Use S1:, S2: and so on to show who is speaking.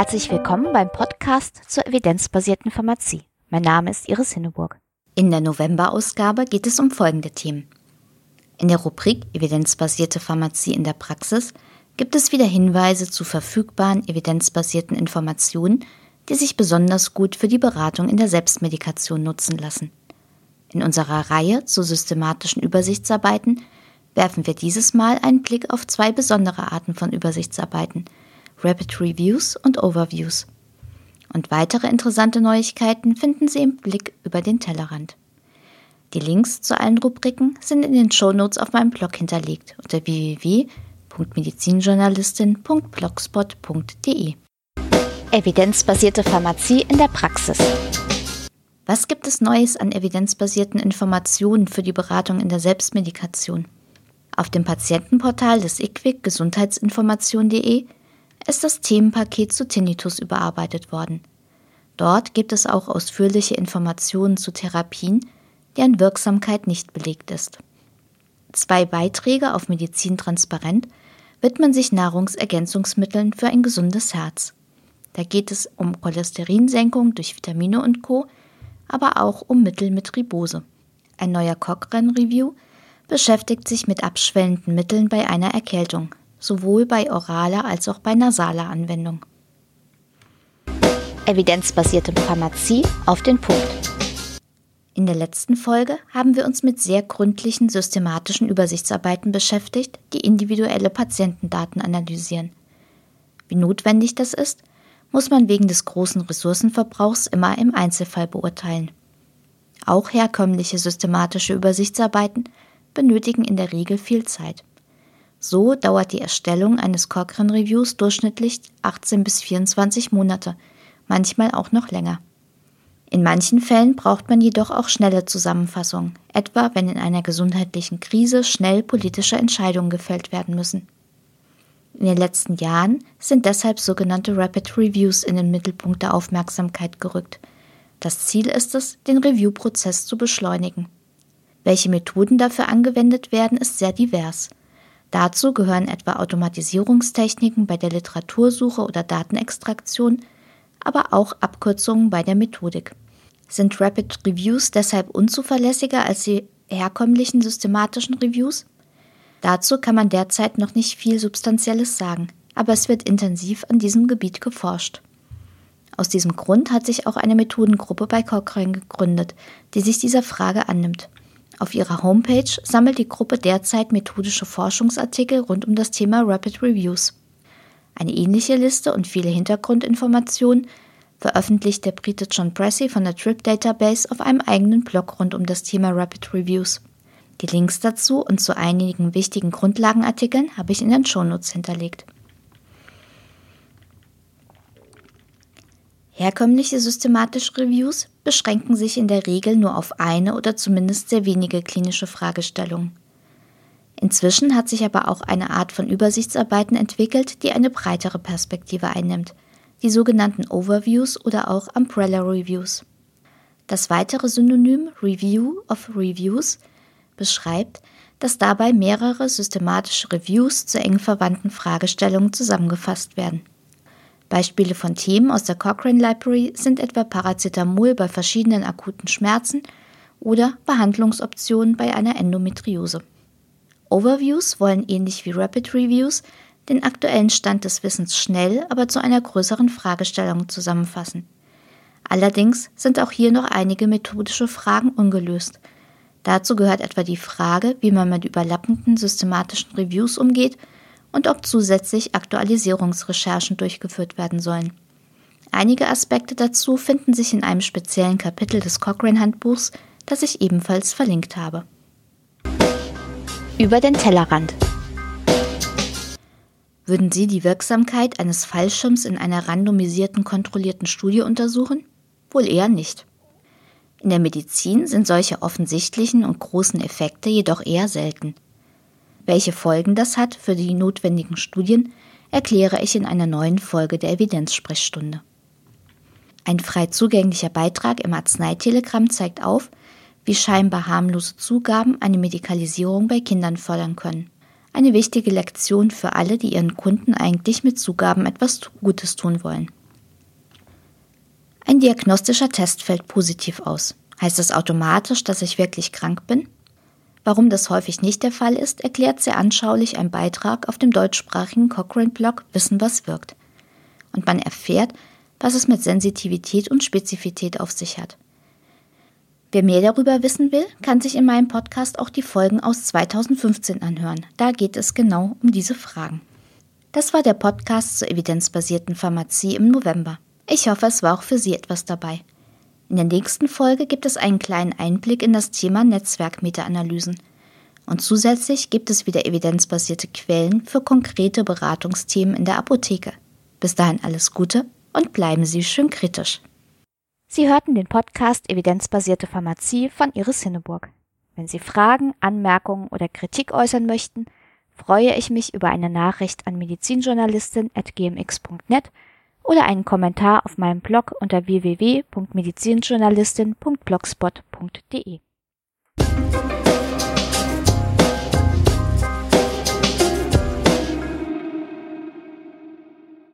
S1: Herzlich willkommen beim Podcast zur evidenzbasierten Pharmazie. Mein Name ist Iris Hinneburg. In der November-Ausgabe geht es um folgende Themen. In der Rubrik Evidenzbasierte Pharmazie in der Praxis gibt es wieder Hinweise zu verfügbaren evidenzbasierten Informationen, die sich besonders gut für die Beratung in der Selbstmedikation nutzen lassen. In unserer Reihe zu systematischen Übersichtsarbeiten werfen wir dieses Mal einen Blick auf zwei besondere Arten von Übersichtsarbeiten, Rapid Reviews und Overviews. Und weitere interessante Neuigkeiten finden Sie im Blick über den Tellerrand. Die Links zu allen Rubriken sind in den Shownotes auf meinem Blog hinterlegt unter www.medizinjournalistin.blogspot.de. Evidenzbasierte Pharmazie in der Praxis. Was gibt es Neues an evidenzbasierten Informationen für die Beratung in der Selbstmedikation? Auf dem Patientenportal des IQWiC gesundheitsinformation.de ist das Themenpaket zu Tinnitus überarbeitet worden. Dort gibt es auch ausführliche Informationen zu Therapien, deren Wirksamkeit nicht belegt ist. 2 Beiträge auf Medizin transparent widmen sich Nahrungsergänzungsmitteln für ein gesundes Herz. Da geht es um Cholesterinsenkung durch Vitamine und Co., aber auch um Mittel mit Ribose. Ein neuer Cochrane-Review beschäftigt sich mit abschwellenden Mitteln bei einer Erkältung, sowohl bei oraler als auch bei nasaler Anwendung. Evidenzbasierte Pharmazie auf den Punkt. In der letzten Folge haben wir uns mit sehr gründlichen systematischen Übersichtsarbeiten beschäftigt, die individuelle Patientendaten analysieren. Wie notwendig das ist, muss man wegen des großen Ressourcenverbrauchs immer im Einzelfall beurteilen. Auch herkömmliche systematische Übersichtsarbeiten benötigen in der Regel viel Zeit. So dauert die Erstellung eines Cochrane-Reviews durchschnittlich 18 bis 24 Monate, manchmal auch noch länger. In manchen Fällen braucht man jedoch auch schnelle Zusammenfassungen, etwa wenn in einer gesundheitlichen Krise schnell politische Entscheidungen gefällt werden müssen. In den letzten Jahren sind deshalb sogenannte Rapid Reviews in den Mittelpunkt der Aufmerksamkeit gerückt. Das Ziel ist es, den Review-Prozess zu beschleunigen. Welche Methoden dafür angewendet werden, ist sehr divers. Dazu gehören etwa Automatisierungstechniken bei der Literatursuche oder Datenextraktion, aber auch Abkürzungen bei der Methodik. Sind Rapid Reviews deshalb unzuverlässiger als die herkömmlichen systematischen Reviews? Dazu kann man derzeit noch nicht viel Substanzielles sagen, aber es wird intensiv an diesem Gebiet geforscht. Aus diesem Grund hat sich auch eine Methodengruppe bei Cochrane gegründet, die sich dieser Frage annimmt. Auf ihrer Homepage sammelt die Gruppe derzeit methodische Forschungsartikel rund um das Thema Rapid Reviews. Eine ähnliche Liste und viele Hintergrundinformationen veröffentlicht der Brite John Pressey von der Trip Database auf einem eigenen Blog rund um das Thema Rapid Reviews. Die Links dazu und zu einigen wichtigen Grundlagenartikeln habe ich in den Shownotes hinterlegt. Herkömmliche systematische Reviews beschränken sich in der Regel nur auf eine oder zumindest sehr wenige klinische Fragestellungen. Inzwischen hat sich aber auch eine Art von Übersichtsarbeiten entwickelt, die eine breitere Perspektive einnimmt, die sogenannten Overviews oder auch Umbrella Reviews. Das weitere Synonym Review of Reviews beschreibt, dass dabei mehrere systematische Reviews zu eng verwandten Fragestellungen zusammengefasst werden. Beispiele von Themen aus der Cochrane Library sind etwa Paracetamol bei verschiedenen akuten Schmerzen oder Behandlungsoptionen bei einer Endometriose. Overviews wollen ähnlich wie Rapid Reviews den aktuellen Stand des Wissens schnell, aber zu einer größeren Fragestellung zusammenfassen. Allerdings sind auch hier noch einige methodische Fragen ungelöst. Dazu gehört etwa die Frage, wie man mit überlappenden systematischen Reviews umgeht und ob zusätzlich Aktualisierungsrecherchen durchgeführt werden sollen. Einige Aspekte dazu finden sich in einem speziellen Kapitel des Cochrane-Handbuchs, das ich ebenfalls verlinkt habe. Über den Tellerrand. Würden Sie die Wirksamkeit eines Fallschirms in einer randomisierten, kontrollierten Studie untersuchen? Wohl eher nicht. In der Medizin sind solche offensichtlichen und großen Effekte jedoch eher selten. Welche Folgen das hat für die notwendigen Studien, erkläre ich in einer neuen Folge der Evidenzsprechstunde. Ein frei zugänglicher Beitrag im Arzneitelegramm zeigt auf, wie scheinbar harmlose Zugaben eine Medikalisierung bei Kindern fördern können. Eine wichtige Lektion für alle, die ihren Kunden eigentlich mit Zugaben etwas Gutes tun wollen. Ein diagnostischer Test fällt positiv aus. Heißt das automatisch, dass ich wirklich krank bin? Warum das häufig nicht der Fall ist, erklärt sehr anschaulich ein Beitrag auf dem deutschsprachigen Cochrane-Blog Wissen, was wirkt. Und man erfährt, was es mit Sensitivität und Spezifität auf sich hat. Wer mehr darüber wissen will, kann sich in meinem Podcast auch die Folgen aus 2015 anhören. Da geht es genau um diese Fragen. Das war der Podcast zur evidenzbasierten Pharmazie im November. Ich hoffe, es war auch für Sie etwas dabei. In der nächsten Folge gibt es einen kleinen Einblick in das Thema Netzwerk-Meta-Analysen. Und zusätzlich gibt es wieder evidenzbasierte Quellen für konkrete Beratungsthemen in der Apotheke. Bis dahin alles Gute und bleiben Sie schön kritisch. Sie hörten den Podcast Evidenzbasierte Pharmazie von Iris Hinneburg. Wenn Sie Fragen, Anmerkungen oder Kritik äußern möchten, freue ich mich über eine Nachricht an medizinjournalistin@gmx.net oder einen Kommentar auf meinem Blog unter www.medizinjournalistin.blogspot.de.